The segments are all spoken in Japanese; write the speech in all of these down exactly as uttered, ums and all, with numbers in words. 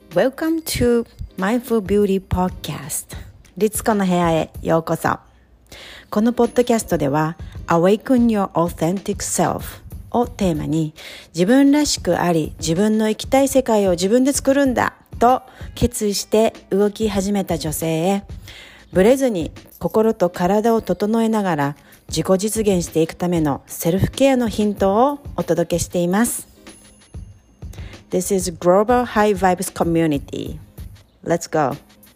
Welcome to Mindful Beauty Podcast リツコの部屋へようこそ。このポッドキャストでは Awaken Your Authentic Self をテーマに、自分らしくあり自分の生きたい世界を自分で作るんだと決意して動き始めた女性へ、ブレずに心と体を整えながら自己実現していくためのセルフケアのヒントをお届けしています。This is Global High Vibes Community. Let's go.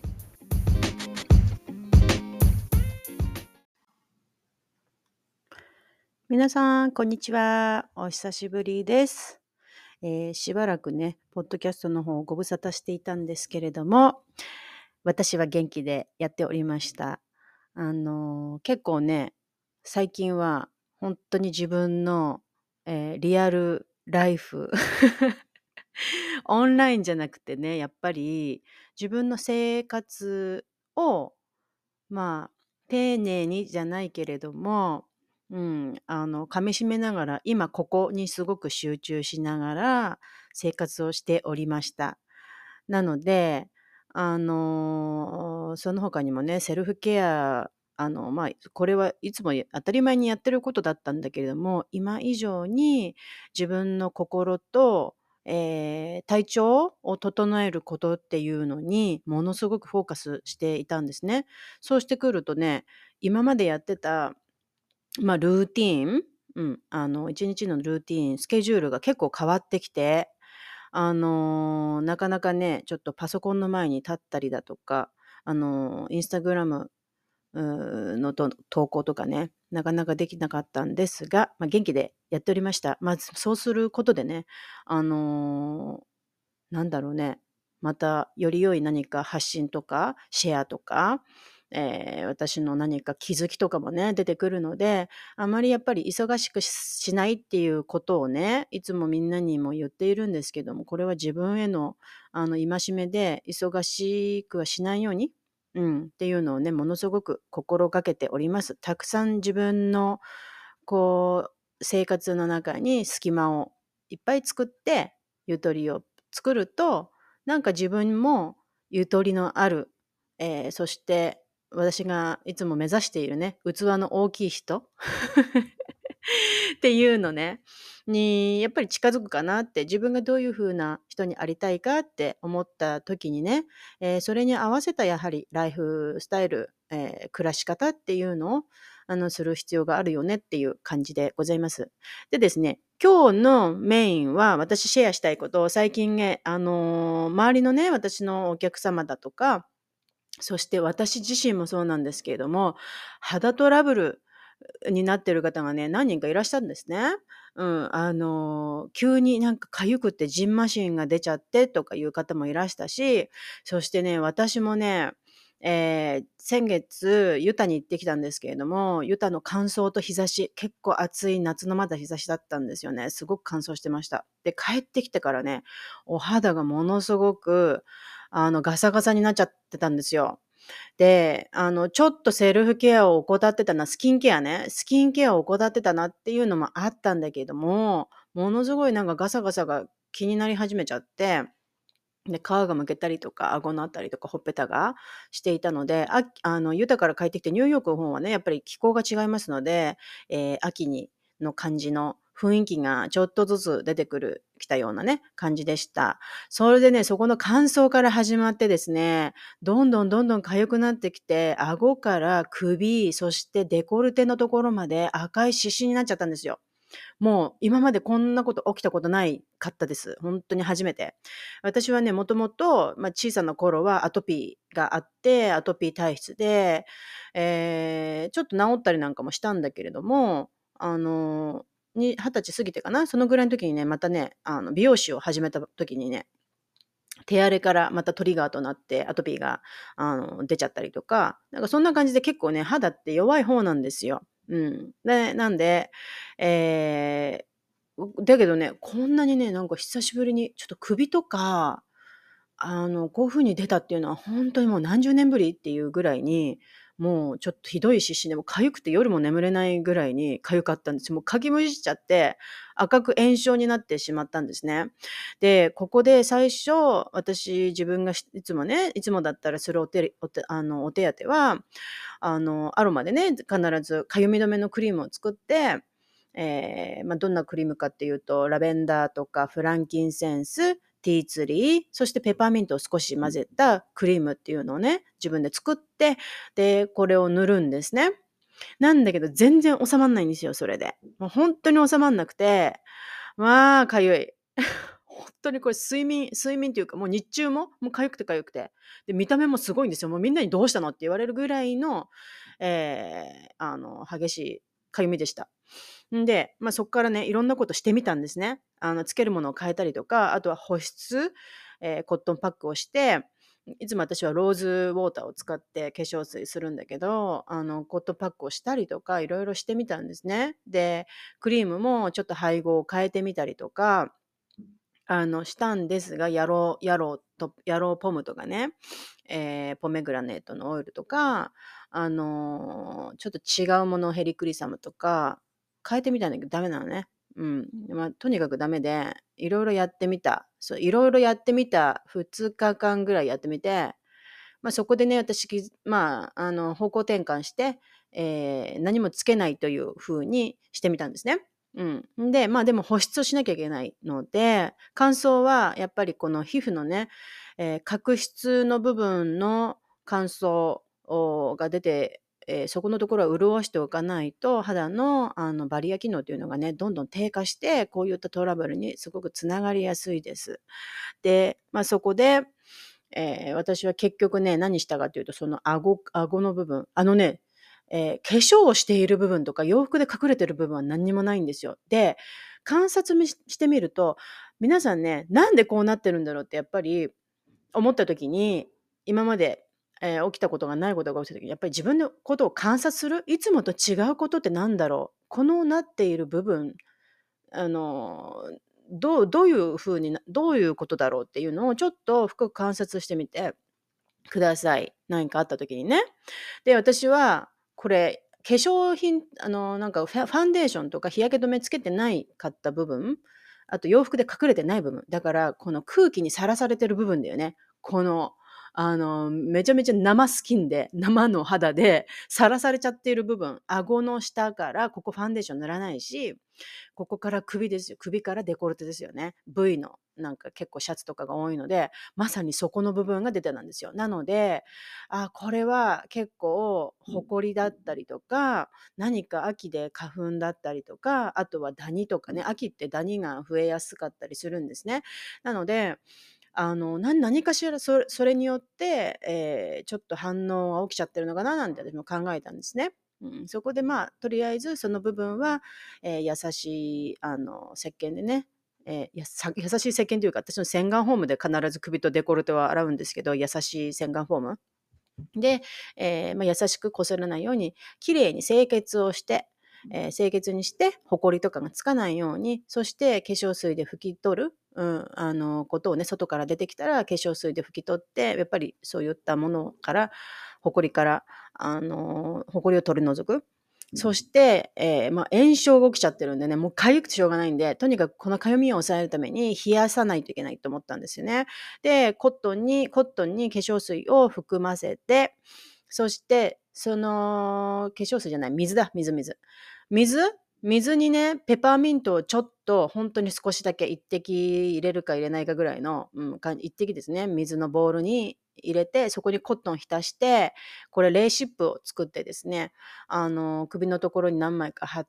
皆さん、こんにちは。お久しぶりです。えーしばらくね、ポッドキャストの方をご無沙汰していたんですけれども、私は元気でやっておりました。あのー結構ね、最近は本当に自分の、えーリアルライフオンラインじゃなくてね、やっぱり自分の生活を、まあ、丁寧にじゃないけれども、うん、あの、噛み締めながら、今ここにすごく集中しながら生活をしておりました。なので、あの、その他にもね、セルフケア、あの、まあ、これはいつも当たり前にやってることだったんだけれども、今以上に自分の心と、えー体調を整えることっていうのにものすごくフォーカスしていたんですね。そうしてくるとね、今までやってた、まあ、ルーティーン、うん、あの、一日のルーティーン、スケジュールが結構変わってきて、あの、なかなかね、ちょっとパソコンの前に立ったりだとか、あの、インスタグラムうーのと投稿とかね、なかなかできなかったんですが、まあ、元気でやっておりました。まあ、そうすることでね、あの、なんだろうね、またより良い何か発信とかシェアとか、えー私の何か気づきとかもね、出てくるので、あまりやっぱり忙しくししないっていうことをね、いつもみんなにも言っているんですけども、これは自分への、あの、戒めで、忙しくはしないように、うん、っていうのをね、ものすごく心がけております。たくさん自分の、こう、生活の中に隙間をいっぱい作って、ゆとりを作ると、なんか自分もゆとりのある、えーそして私がいつも目指しているね、器の大きい人っていうのね、にやっぱり近づくかなって、自分がどういう風な人にありたいかって思った時にね、えーそれに合わせたやはりライフスタイル、えー暮らし方っていうのをあのする必要があるよねっていう感じでございます。でですね、今日のメインは私シェアしたいことを最近ね、あのー周りのね、私のお客様だとか、そして私自身もそうなんですけれども、肌トラブルになってる方がね、何人かいらっしゃるんですね。うん、あの、急になんか痒くてジンマシンが出ちゃってとかいう方もいらしたし、そしてね、私もね、えー先月、ユタに行ってきたんですけれども、ユタの乾燥と日差し、結構暑い夏のまだ日差しだったんですよね。すごく乾燥してました。で、帰ってきてからね、お肌がものすごく、あの、ガサガサになっちゃってたんですよ。で、あの、ちょっとセルフケアを怠ってたな、スキンケアね、スキンケアを怠ってたなっていうのもあったんだけれども、ものすごいなんかガサガサが気になり始めちゃって、で、皮がむけたりとか、顎のあたりとか、ほっぺたがしていたので、ああの、ユタから帰ってきてニューヨークの方はね、やっぱり気候が違いますので、えー秋にの感じの雰囲気がちょっとずつ出てくる、きたようなね、感じでした。それでね、そこの乾燥から始まってですね、どんどんどんどん痒くなってきて、顎から首、そしてデコルテのところまで赤い湿疹になっちゃったんですよ。もう今までこんなこと起きたことないかったです。本当に初めて。私はね、もともと、まあ、小さな頃はアトピーがあって、アトピー体質で、えーちょっと治ったりなんかもしたんだけれども、あの、に、はたち過ぎてかな、そのぐらいの時にね、またね、あの、美容師を始めた時にね、手荒れからまたトリガーとなってアトピーがあの出ちゃったりとか、なんかそんな感じで結構ね、肌って弱い方なんですよ。うん。で、なんで、えー、だけどね、こんなにね、なんか久しぶりにちょっと首とか、あの、こういう風に出たっていうのは本当にもう何十年ぶりっていうぐらいに、 もうちょっとひどい湿疹で、もう痒くて夜も眠れないぐらいに痒かったんですよ。もうかきむしっちゃって、赤く炎症になってしまったんですね。で、ここで最初、私自分がしいつもね、いつもだったらするお手お手あの、お手当ては、あの、アロマでね、必ずかゆみ止めのクリームを作って、ええ、ま、どんなクリームかっていうと、ラベンダーとかフランキンセンス、ティーツリー、そしてペパーミントを少し混ぜたクリームっていうのをね、自分で作って、で、これを塗るんですね。なんだけど全然収まんないんですよ、それで。もうほんとに収まんなくて、まあ、痒い。ほんとにこれ睡眠睡眠っていうか、もう日中も、もう痒くて痒くて。で、見た目もすごいんですよ。もうみんなに「どうしたの？」って言われるぐらいの、ええ、あの、激しい痒みでした。んで、ま、そっからね、いろんなことしてみたんですね。あの、つけるものを変えたりとか、あとは保湿、ええ、コットンパックをして、いつも私はローズウォーターを使って化粧水するんだけど、あの、コットンパックをしたりとか、いろいろしてみたんですね。で、クリームもちょっと配合を変えてみたりとか、あの、したんですが、ヤローヤローとヤローポムとかね、ええ、ポメグラネートのオイルとか、あの、ちょっと違うもの、ヘリクリサムとか、変えてみたんだけどダメなのね。うん。ま、とにかくダメで、いろいろやってみた。そう、いろいろやってみたふつかかんぐらいやってみて、ま、そこでね、私きずまあ、あの、方向転換して、ええ、何もつけないという風にしてみたんですね。うん。んで、まあ、でも保湿をしなきゃいけないので、乾燥はやっぱりこの皮膚のね、ええ、角質の部分の乾燥をが出て、ええ、そこのところは潤しておかないと、肌の、あの、バリア機能っていうのがね、どんどん低下して、こういったトラブルにすごく繋がりやすいです。で、ま、そこで、ええ、私は結局ね、何したかっていうと、その顎顎の部分、あのね、ええ、化粧をしている部分とか、洋服で隠れてる部分は何にもないんですよ。で、観察みししてみると、皆さんね、なんでこうなってるんだろうってやっぱり思った時に、今まで、ええ、起きたことがないことが起きた時に、やっぱり自分のことを観察する、いつもと違うことってなんだろう、このなっている部分、あの、どうどういう風になどういうことだろうっていうのをちょっと深く観察してみてください。何かあった時にね。で、私はこれ、化粧品、あの、なんかファファンデーションとか日焼け止めつけてないかった部分、あと洋服で隠れてない部分、だからこの空気にさらされてる部分だよね。この、あの、めちゃめちゃ生スキンで、生の肌でさらされちゃっている部分、顎の下からここファンデーション塗らないし、ここから首ですよ。首からデコルテですよね。ブイ のなんか結構シャツとかが多いので、まさにそこの部分が出てたんですよ。なので、あ、これは結構ほこりだったりとか、何か秋で花粉だったりとか、あとはダニとかね、秋ってダニが増えやすかったりするんですね。なので、あの、な何かしらそそれによって、ええ、ちょっと反応が起きちゃってるのかななんて私も考えたんですね。うん、そこでまあ、とりあえずその部分は、ええ、優しいあの、石鹸でね、ええ、やさ優しい石鹸というか、私の洗顔フォームで必ず首とデコルテは洗うんですけど、優しい洗顔フォーム。で、ええ、ま、優しくこすらないように、綺麗に清潔をして、ええ、清潔にして、ほこりとかがつかないように、そして化粧水で拭き取る、うん、あの、ことをね、外から出てきたら化粧水で拭き取って、やっぱりそういったものから、ほこりから、あの、ほこりを取り除く。そして、ええ、ま、炎症が起きちゃってるんでね、もう痒くてしょうがないんで、とにかくこの痒みを抑えるために冷やさないといけないと思ったんですよね。で、コットンにコットンに化粧水を含ませて、そして、その化粧水じゃない、水だ、水水。水水にね、ペパーミントをちょっとほんとに少しだけいってき入れるか入れないかぐらいの、うん、かいってきですね、水のボウルに入れて、そこにコットン浸して、これレーシップを作ってですね、あの、首のところに何枚か貼って、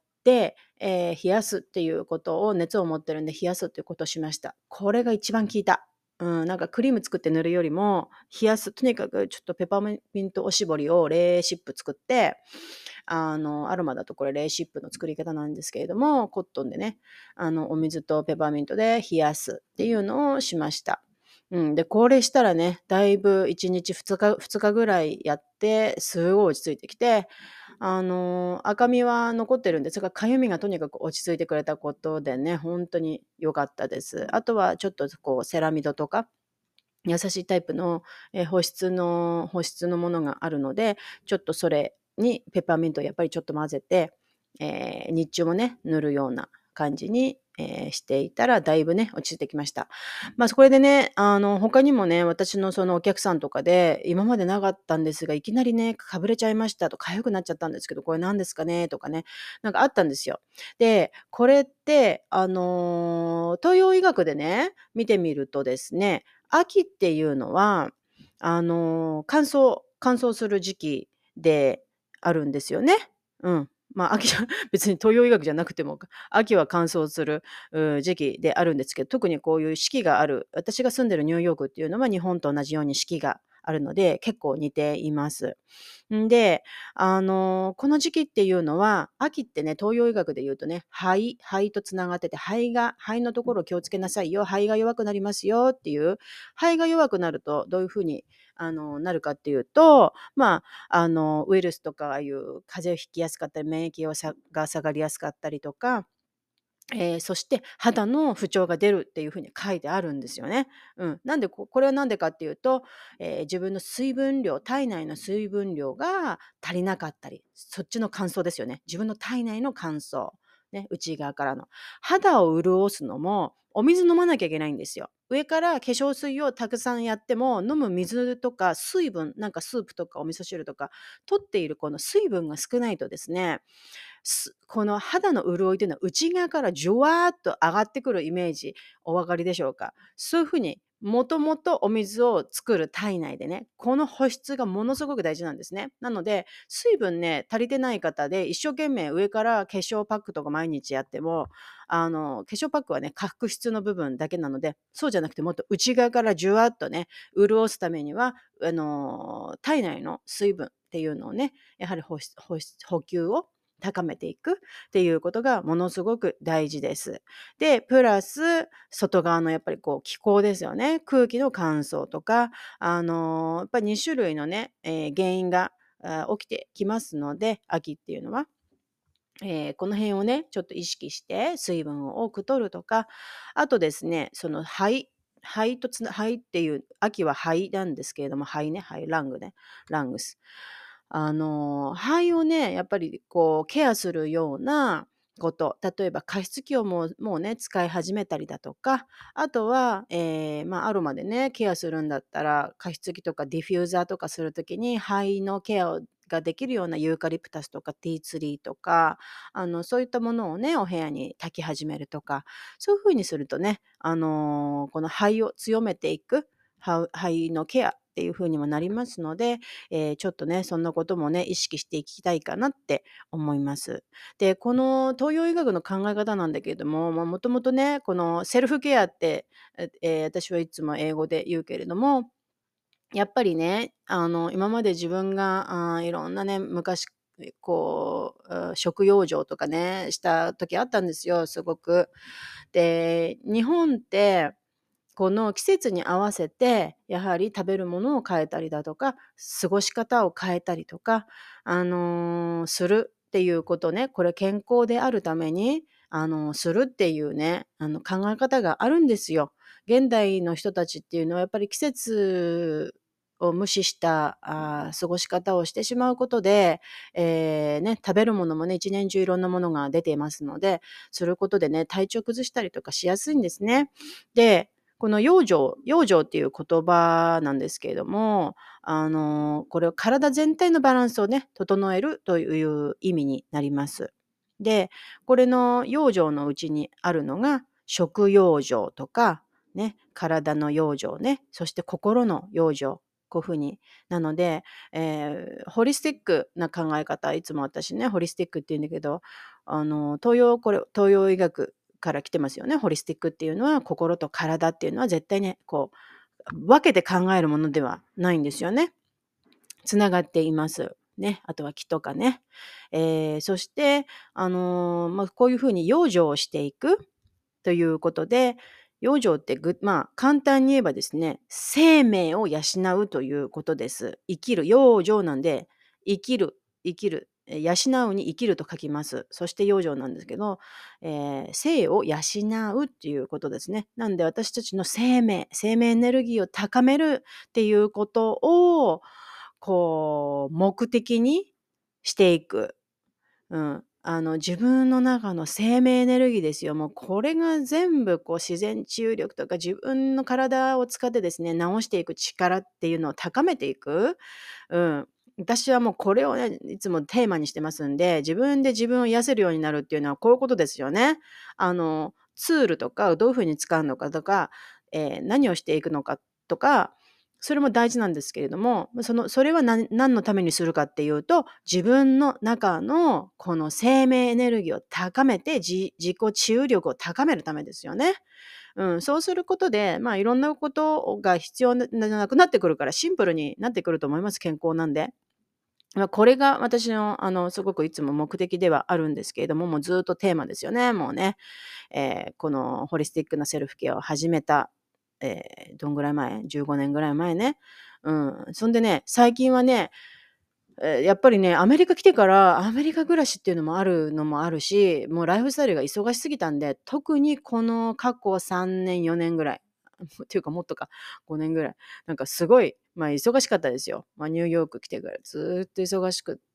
ええ、冷やすっていうことを熱を持ってるんで冷やすっていうことをしました。これが一番効いた。うん、なんかクリーム作って塗るよりも、冷やす、とにかくちょっとペパーミントおしぼりをレーシップ作って、あの、アロマだとこれレーシップの作り方なんですけれども、コットンでね、あの、お水とペパーミントで冷やすっていうのをしました。うん、で、これしたらね、だいぶいちにちふつかふつかぐらいやって、すごい落ち着いてきて、あの、赤みは残ってるんですが、痒みがとにかく落ち着いてくれたことでね、ほんとに良かったです。あとはちょっとこうセラミドとか優しいタイプの、え、保湿の保湿のものがあるので、ちょっとそれにペパーミントをやっぱりちょっと混ぜて、えー日中もね、塗るような感じに、えーしていたら、だいぶね、落ち着いてきました。まあ、そこでね、あの、他にもね、私のそのお客さんとかで、今までなかったんですが、いきなりね、かぶれちゃいましたと、痒くなっちゃったんですけど、これ何ですかねとかね、なんかあったんですよ。で、これって、あの、東洋医学でね、見てみるとですね、秋っていうのは、あの、乾燥乾燥する時期であるんですよね。うん。まあ、秋じゃ別に東洋医学じゃなくても、秋は乾燥する、う時期であるんですけど、特にこういう四季がある、私が住んでるニューヨークっていうのは日本と同じように四季があるので、結構似ています。んで、あの、この時期っていうのは、秋ってね、東洋医学で言うとね、肺肺とつながってて、肺が肺のところを気をつけなさいよ、肺が弱くなりますよっていう、肺が弱くなるとどういう風に、あの、なるかっていうと、まあ、あの、ウイルスとか、ああいう風邪をひきやすかったり、免疫をさが下がりやすかったりとか、えーそして肌の不調が出るっていうふうに書いてあるんですよね。うん。なんでここれはなんでかっていうと、えー自分の水分量、体内の水分量が足りなかったり、そっちの乾燥ですよね。自分の体内の乾燥。ね、内側からの。肌を潤すのも、お水飲まなきゃいけないんですよ。上から化粧水をたくさんやっても、飲む水とか水分、なんかスープとかお味噌汁とか、取っているこの水分が少ないとですね、すこの肌の潤いというのは内側からじゅわーっと上がってくるイメージお分かりでしょうか？そういう風にもともとお水を作る体内でね、この保湿がものすごく大事なんですね。なので、水分ね、足りてない方で一生懸命上から化粧パックとか毎日やっても、あの、化粧パックはね、角質の部分だけなので、そうじゃなくてもっと内側からじゅわっとね、潤すためには、あの、体内の水分っていうのをね、やはり保湿保湿補給を高めていくっていうことがものすごく大事です。で、プラス外側のやっぱりこう気候ですよね。空気の乾燥とか、あの、やっぱりに種類のね、えー原因があ起きてきますので、秋っていうのは。えーこの辺をね、ちょっと意識して水分を多く摂るとか、あとですね、その肺、肺とつな、肺っていう、秋は肺なんですけれども、肺ね、肺、ラングね、ラングス。あの、肺をね、やっぱりこうケアするようなこと、例えば加湿器をもうもうね、使い始めたりだとか、あとは、えーまあ、アロマでね、ケアするんだったら、加湿器とかディフューザーとかするときに、肺のケアをができるようなユーカリプタスとかティーツリーとか、あの、そういったものをね、お部屋に焚き始めるとか、そういう風にするとね、あの、この肺を強めていく、は肺のケアっていう風にもなりますので、えーちょっとね、そんなこともね、意識していきたいかなって思います。で、この東洋医学の考え方なんだけれども、まあ、もともとね、このセルフケアって、ええー私はいつも英語で言うけれども、やっぱりね、あの、今まで自分が、あーいろんなね、昔、こう、あ食養生とかね、した時あったんですよ、すごく。で、日本って、この季節に合わせて、やはり食べるものを変えたりだとか、過ごし方を変えたりとか、あの、するっていうことね、これ健康であるために、あの、するっていうね、あの、考え方があるんですよ。現代の人たちっていうのはやっぱり季節を無視した、あー過ごし方をしてしまうことで、えーね、食べるものもね、一年中いろんなものが出ていますので、することでね、体調崩したりとかしやすいんですね。で、この養生養生っていう言葉なんですけれども、あの、これは体全体のバランスをね、整えるという意味になります。で、これの養生のうちにあるのが、食養生とか、ね、体の養生ね、そして心の養生、こういう風に。なので、えーホリスティックな考え方、いつも私ね、ホリスティックって言うんだけど、あの、東洋これ東洋医学から来てますよね。ホリスティックっていうのは、心と体っていうのは絶対ね、こう、分けて考えるものではないんですよね。つながっています。ね。あとは気とかね。えーそして、あの、まあ、こういう風に養生をしていくということで、養生ってぐまあ、簡単に言えばですね、生命を養うということです。生きる、養生なんで、生きる、生きる。 え、養うに生きると書きます。そして養生なんですけど、えー生を養うっていうことですね。なんで私たちの生命生命エネルギーを高めるっていうことを、こう目的にしていく。うん。あの、自分の中の生命エネルギーですよ。もうこれが全部こう自然治癒力とか自分の体を使ってですね、治していく力っていうのを高めていく。うん。私はもうこれをね、いつもテーマにしてますんで、自分で自分を癒せるようになるっていうのはこういうことですよね。あの、ツールとかどういう風に使うのかとか、えー何をしていくのかとか、それも大事なんですけれども、ま、そのそれは何何のためにするかっていうと、自分の中のこの生命エネルギーを高めて、じ自己治癒力を高めるためですよね。うん、そうすることで、まあ、いろんなことが必要ななくなってくるから、シンプルになってくると思います、健康なんで。まあ、これが私の、あの、すごくいつも目的ではあるんですけれども、もうずっとテーマですよね、もうね。えーこのホリスティックなセルフケアを始めた、えーどんぐらい前 ?じゅうご 年ぐらい前ね。うん。そんでね、最近はね、えーやっぱりね、アメリカ来てから、アメリカ暮らしっていうのもあるのもあるし、もうライフスタイルが忙しすぎたんで、特にこの過去さんねん、よねんぐらい、っていうかもっとか、ごねんぐらい、なんかすごい、まあ忙しかったですよ。まあニューヨーク来てからずーっと忙しくって、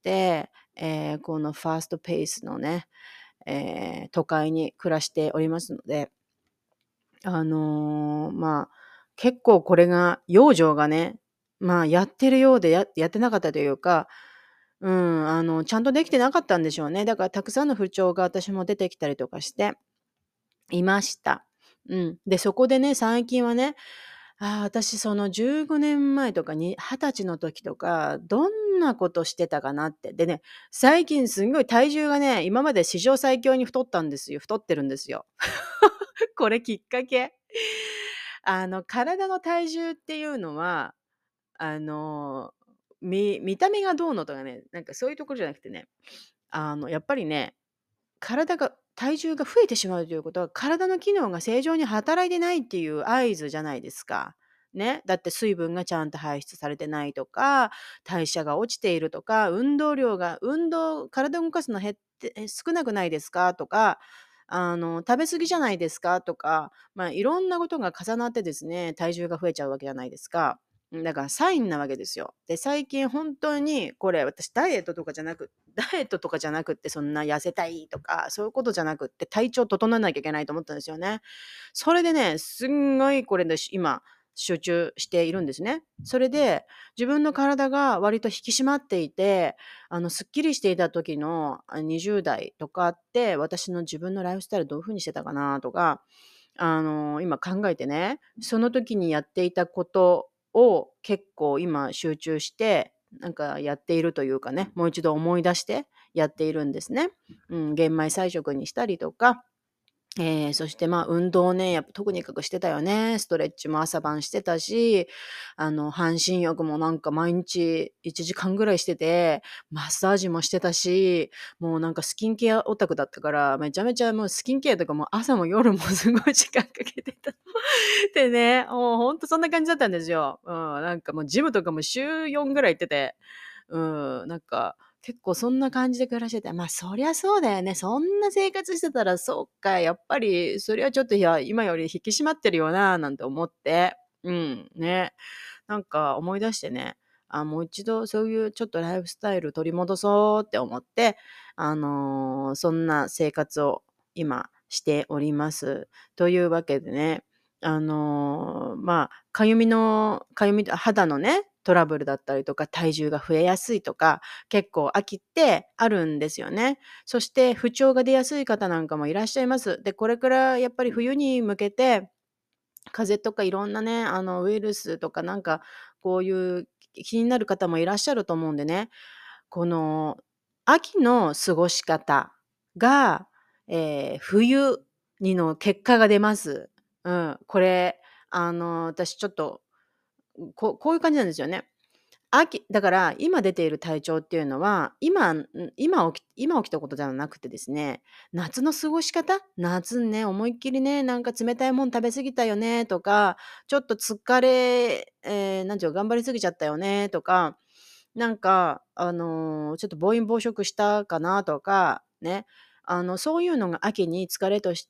えーこのファーストペースのね、えー都会に暮らしておりますので、あの、まあ、結構これが養生がね、まあ、やってるようで、ややってなかったというか、うん、あの、ちゃんとできてなかったんでしょうね。だからたくさんの不調が私も出てきたりとかしていました。うん。で、そこでね、最近はね、ああ、私そのじゅうごねんまえとかに、はたちの時とか、どんなことしてたかなって。でね、最近すんごい体重がね、今まで史上最強に太ったんですよ。太ってるんですよ。これきっかけ。あの、体の体重っていうのは、あの、み見た目がどうのとかね、なんかそういうところじゃなくてね、あの、やっぱりね、体が体重が増えてしまうということは、体の機能が正常に働いてないっていう合図じゃないですか。ね。だって水分がちゃんと排出されてないとか、代謝が落ちているとか、運動量が運動体を動かすの減ってえ、少なくないですかとか、あの、食べ過ぎじゃないですかとか、まあ、いろんなことが重なってですね、体重が増えちゃうわけじゃないですか。うん、だからサインなわけですよ。で、最近本当にこれ私ダイエットとかじゃなくダイエットとかじゃなくって、そんな痩せたいとか、そういうことじゃなくって、体調整えなきゃいけないと思ったんですよね。それでね、すんごいこれでし今、集中しているんですね。それで、自分の体が割と引き締まっていて、あの、すっきりしていた時の、あ、にじゅう代とかって、私の自分のライフスタイルどういう風にしてたかなとか、あの、今考えてね、その時にやっていたことを結構今集中して、なんかやっているというかね、もう一度思い出してやっているんですね。うん、玄米菜食にしたりとか、ええ、そして、まあ、運動をね、やっぱとにかくしてたよね。ストレッチも朝晩してたし、あの、半身浴もなんか毎日いちじかんぐらいしてて、マッサージもしてたし、もうなんかスキンケアオタクだったから、めちゃめちゃもうスキンケアとかも朝も夜もすごい時間かけてた。でね、もうほんとそんな感じだったんですよ。うん、なんかもうジムとかも週よんぐらい行ってて、うん、なんか、結構そんな感じで暮らしてて、ま、そりゃそうだよね。そんな生活してたら、そっか、やっぱりそれはちょっと、いや、今より引き締まってるよななんて思って。うん、ね。なんか思い出してね、あ、もう一度そういうちょっとライフスタイル取り戻そうって思って、あの、そんな生活を今しております。というわけでね、あの、まあ、かゆみのかゆみ肌のね、トラブルだったりとか、体重が増えやすいとか、結構秋ってあるんですよね。そして不調が出やすい方なんかもいらっしゃいます。で、これからやっぱり冬に向けて、風邪とかいろんなね、あのウイルスとかなんか、こういう気になる方もいらっしゃると思うんでね、この秋の過ごし方が、えー冬にの結果が出ます。うん、これ、あの、私ちょっと、ここういう感じなんですよね。秋だから今出ている体調っていうのは、今ん、今起き今起きたことではなくてですね、夏の過ごし方夏ね、思いっきりね、なんか冷たいもん食べ過ぎたよねとか、ちょっと疲れえーなんていうの、頑張りすぎちゃったよねとか、 なんか、あの、ちょっと暴飲暴食したかなとか、ね。あの、そういうのが秋に疲れとして、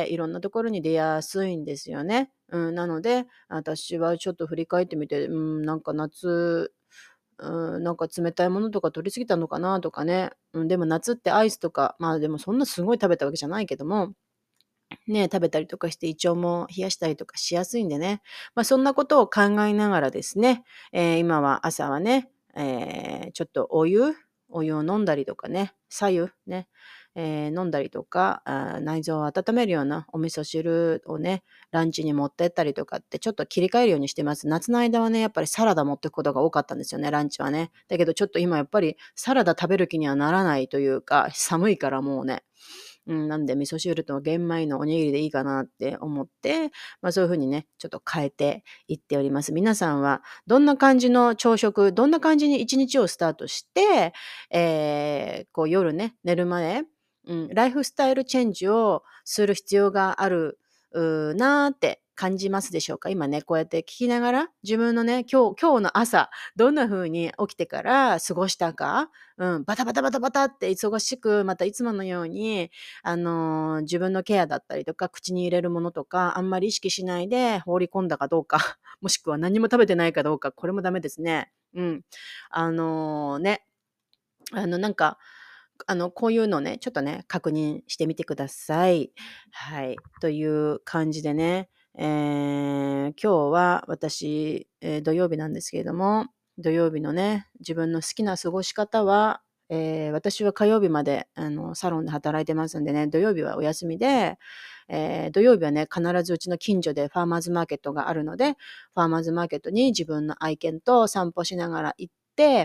いろんなところに出やすいんですよね。うん、なので、私はちょっと振り返ってみて、うん、なんか夏、うん、なんか冷たいものとか取り過ぎたのかなとかね。うん、でも夏ってアイスとか、まあ、でもそんなすごい食べたわけじゃないけども、ね、食べたりとかして胃腸も冷やしたりとかしやすいんでね。まあ、そんなことを考えながらですね、えー今は朝はね、えーちょっとお湯お湯を飲んだりとかね、白湯ね、えー飲んだりとか、あー内臓を温めるようなお味噌汁をね、ランチに持ってったりとかってちょっと切り替えるようにしてます。夏の間はね、やっぱりサラダ持ってくことが多かったんですよね、ランチはね。だけどちょっと今やっぱりサラダ食べる気にはならないというか、寒いからもうね、うん、なんで味噌汁と玄米のおにぎりでいいかなって思って、まあ、そういう風にね、ちょっと変えていっております。皆さんはどんな感じの朝食、どんな感じにいちにちをスタートして、えーこう夜ね、寝る前、うん、ライフスタイルチェンジをする必要があるうーなーって感じますでしょうか？今ね、こうやって聞きながら、自分のね、今日今日の朝、どんな風に起きてから過ごしたか、うん、バタバタバタバタって忙しく、またいつものように、あの、自分のケアだったりとか、口に入れるものとか、あんまり意識しないで放り込んだかどうか、もしくは何も食べてないかどうか、これもダメですね。うん。あのね、あの、なんか、あの、こういうのね、ちょっとね、確認してみてください。はい。という感じでね、えー今日は私、えー土曜日なんですけれども、土曜日のね、自分の好きな過ごし方は、えー私は火曜日まであのサロンで働いてますんでね、土曜日はお休みで、えー土曜日はね、必ずうちの近所でファーマーズマーケットがあるので、ファーマーズマーケットに自分の愛犬と散歩しながら行って、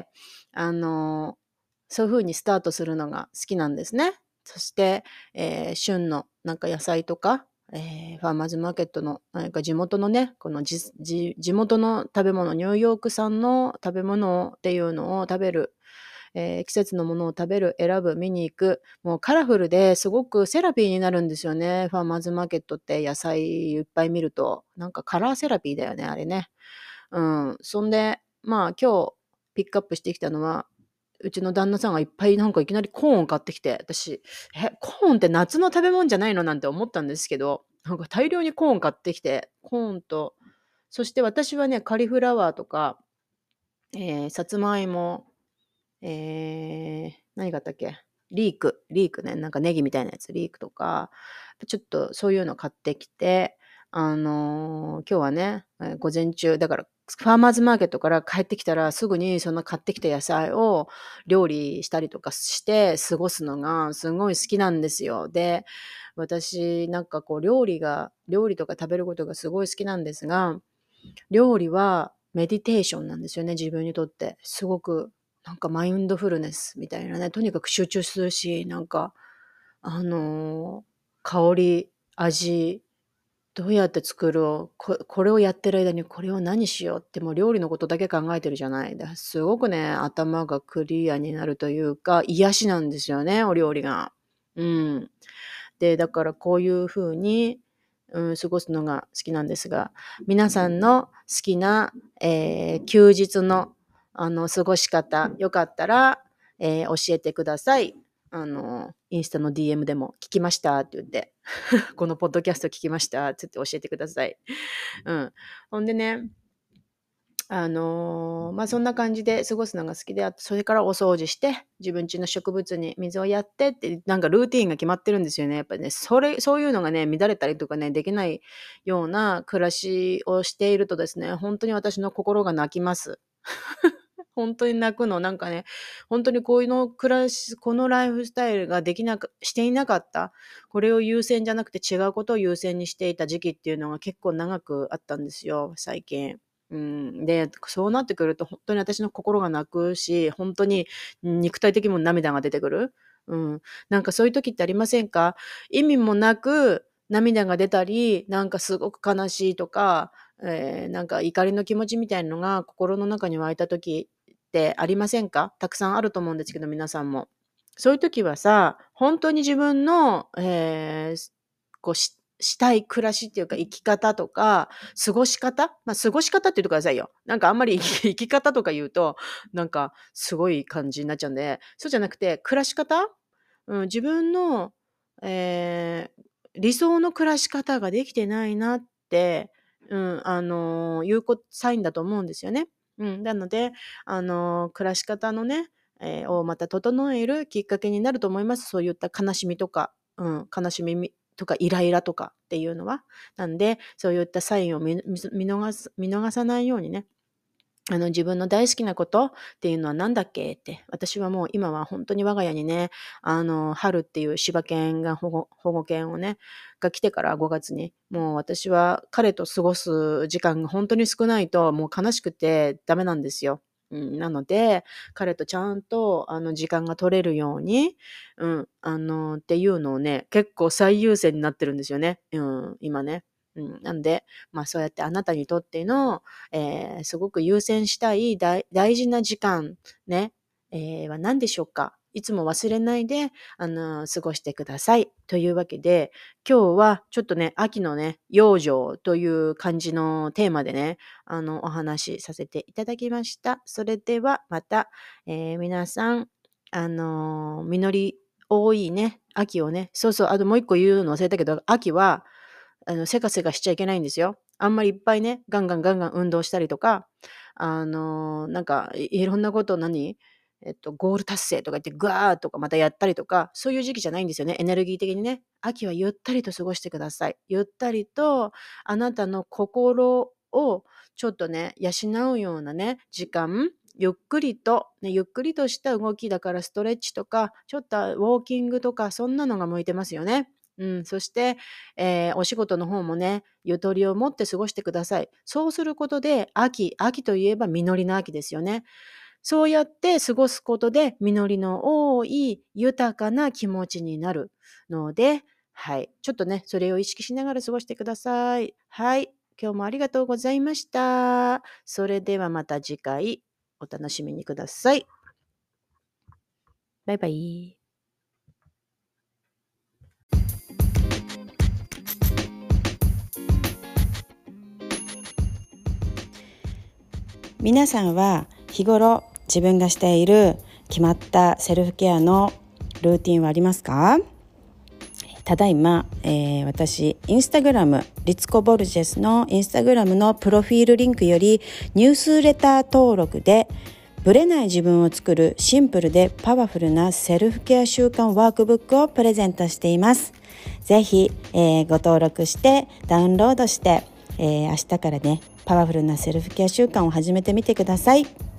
あのそういう風にスタートするのが好きなんですね。そして、えー旬のなんか野菜とか、えーファーマーズマーケットのなんか地元のね、このじじ地元の食べ物、ニューヨーク産の食べ物っていうのを食べる、えー季節のものを食べる、選ぶ、見に行く、もうカラフルですごくセラピーになるんですよね。ファーマーズマーケットって野菜いっぱい見ると、なんかカラーセラピーだよね、あれね。うん。そんで、まあ今日ピックアップしてきたのは、うちの旦那さんがいっぱいなんかいきなりコーン買ってきて、私、え、コーンって夏の食べ物じゃないのなんて思ったんですけど、なんか大量にコーン買ってきて、コーンと、そして私はね、カリフラワーとか、えーさつまいも、えー、何買ったっけ、リーク、リークね、なんかネギみたいなやつ、リークとか、ちょっとそういうの買ってきて、あのー今日はね、えー午前中、だから、ファーマーズマーケットから帰ってきたらすぐにその買ってきた野菜を料理したりとかして過ごすのがすごい好きなんですよ。で、私なんかこう料理が、料理とか食べることがすごい好きなんですが、料理はメディテーションなんですよね、自分にとって。すごく、なんかマインドフルネスみたいなね、とにかく集中するし、なんか、あの、香り、味、どうやって作ろう、ここれをやってる間にこれを何しようって、もう料理のことだけ考えてるじゃない。だすごくね、頭がクリアになるというか、癒しなんですよね、お料理が。うん。で、だからこういう風に、うん、過ごすのが好きなんですが、皆さんの好きな、えー休日の、あの、過ごし方、よかったら、えー教えてください。あの、インスタの ディーエム でも聞きましたって言って、このポッドキャスト聞きましたって言って教えてください。うん。ほんでね、あの、ま、そんな感じで過ごすのが好きで、あとそれからお掃除して、自分家の植物に水をやってって、なんかルーティンが決まってるんですよね。やっぱりね、それそういうのがね、乱れたりとかね、できないような暮らしをしているとですね、ほんとに私の心が泣きます。ほんとに泣くの。なんかね、ほんとにこういうの暮らしこのライフスタイルができなかしていなかった、これを優先じゃなくて違うことを優先にしていた時期っていうのが結構長くあったんですよ、最近。うん、で、そうなってくるとほんとに私の心が泣くし、ほんとに肉体的にも涙が出てくる。うん。なんかそういう時ってありませんか？意味もなく涙が出たり、なんかすごく悲しいとか、えーなんか怒りの気持ちみたいなのが心の中に湧いた時ってありませんか？たくさんあると思うんですけど、皆さんも。そういう時はさ、ほんとに自分の、ええ、こう、ししたい暮らしっていうか生き方とか、過ごし方まあ、過ごし方って言ってくださいよ。なんかあんまり生き生き方とか言うと、なんかすごい感じになっちゃうんで、そうじゃなくて、暮らし方うん、自分の、えー理想の暮らし方ができてないなって、うん、あの、いうこサインだと思うんですよね。うん、なので、あの、暮らし方のね、えーをまた整えるきっかけになると思います。そういった悲しみとか、うん、悲しみみとかイライラとかっていうのは。なんで、そういったサインを見見見逃す見逃さないようにね、あの、自分の大好きなことっていうのは何だっけって、私はもう今は本当に我が家にね、あの、春っていう柴犬が保護保護犬をね、が来てからごがつに、もう私は彼と過ごす時間が本当に少ないと、もう悲しくてダメなんですよ。うん、なので、彼とちゃんと、あの、時間が取れるように、うん、あの、っていうのをね、結構最優先になってるんですよね。うん、今ね。うん、なんで、まあ、そうやってあなたにとってのえーすごく優先したい大大事な時間ね、えーは何でしょうか。いつも忘れないで、あの、過ごしてください。というわけで、今日はちょっとね、秋のね、養生という感じのテーマでね、あの、お話しさせていただきました。それではまた、えー皆さん、あの、実り多いね、秋をね、そうそう、あともう一個言うの忘れたけど、秋は、あの、せかせかしちゃいけないんですよ。あんまりいっぱいね、ガンガンガンガン運動したりとか、あの、なんか、いいろんなことを何えっと、ゴール達成とか言って、グワーとかまたやったりとか、そういう時期じゃないんですよね、エネルギー的にね。秋はゆったりと過ごしてください。ゆったりと、あなたの心をちょっとね、養うようなね、時間、ゆっくりと、ね、ゆっくりとした動きだからストレッチとか、ちょっとウォーキングとか、そんなのが向いてますよね。うん、そして、えーお仕事の方もね、ゆとりを持って過ごしてください。そうすることで、秋、秋といえば実りの秋ですよね。そうやって過ごすことで、実りの多い豊かな気持ちになるので、はい。ちょっとね、それを意識しながら過ごしてください。はい。今日もありがとうございました。それではまた次回お楽しみにください。バイバイ。皆さんは日頃自分がしている決まったセルフケアのルーティンはありますか？ただいま、えー、私インスタグラムリツコ・ボルジェスのインスタグラムのプロフィールリンクよりニュースレター登録でブレない自分を作るシンプルでパワフルなセルフケア習慣ワークブックをプレゼントしています。ぜひ、えー、ご登録してダウンロードして、えー、明日からねパワフルなセルフケア習慣を始めてみてください。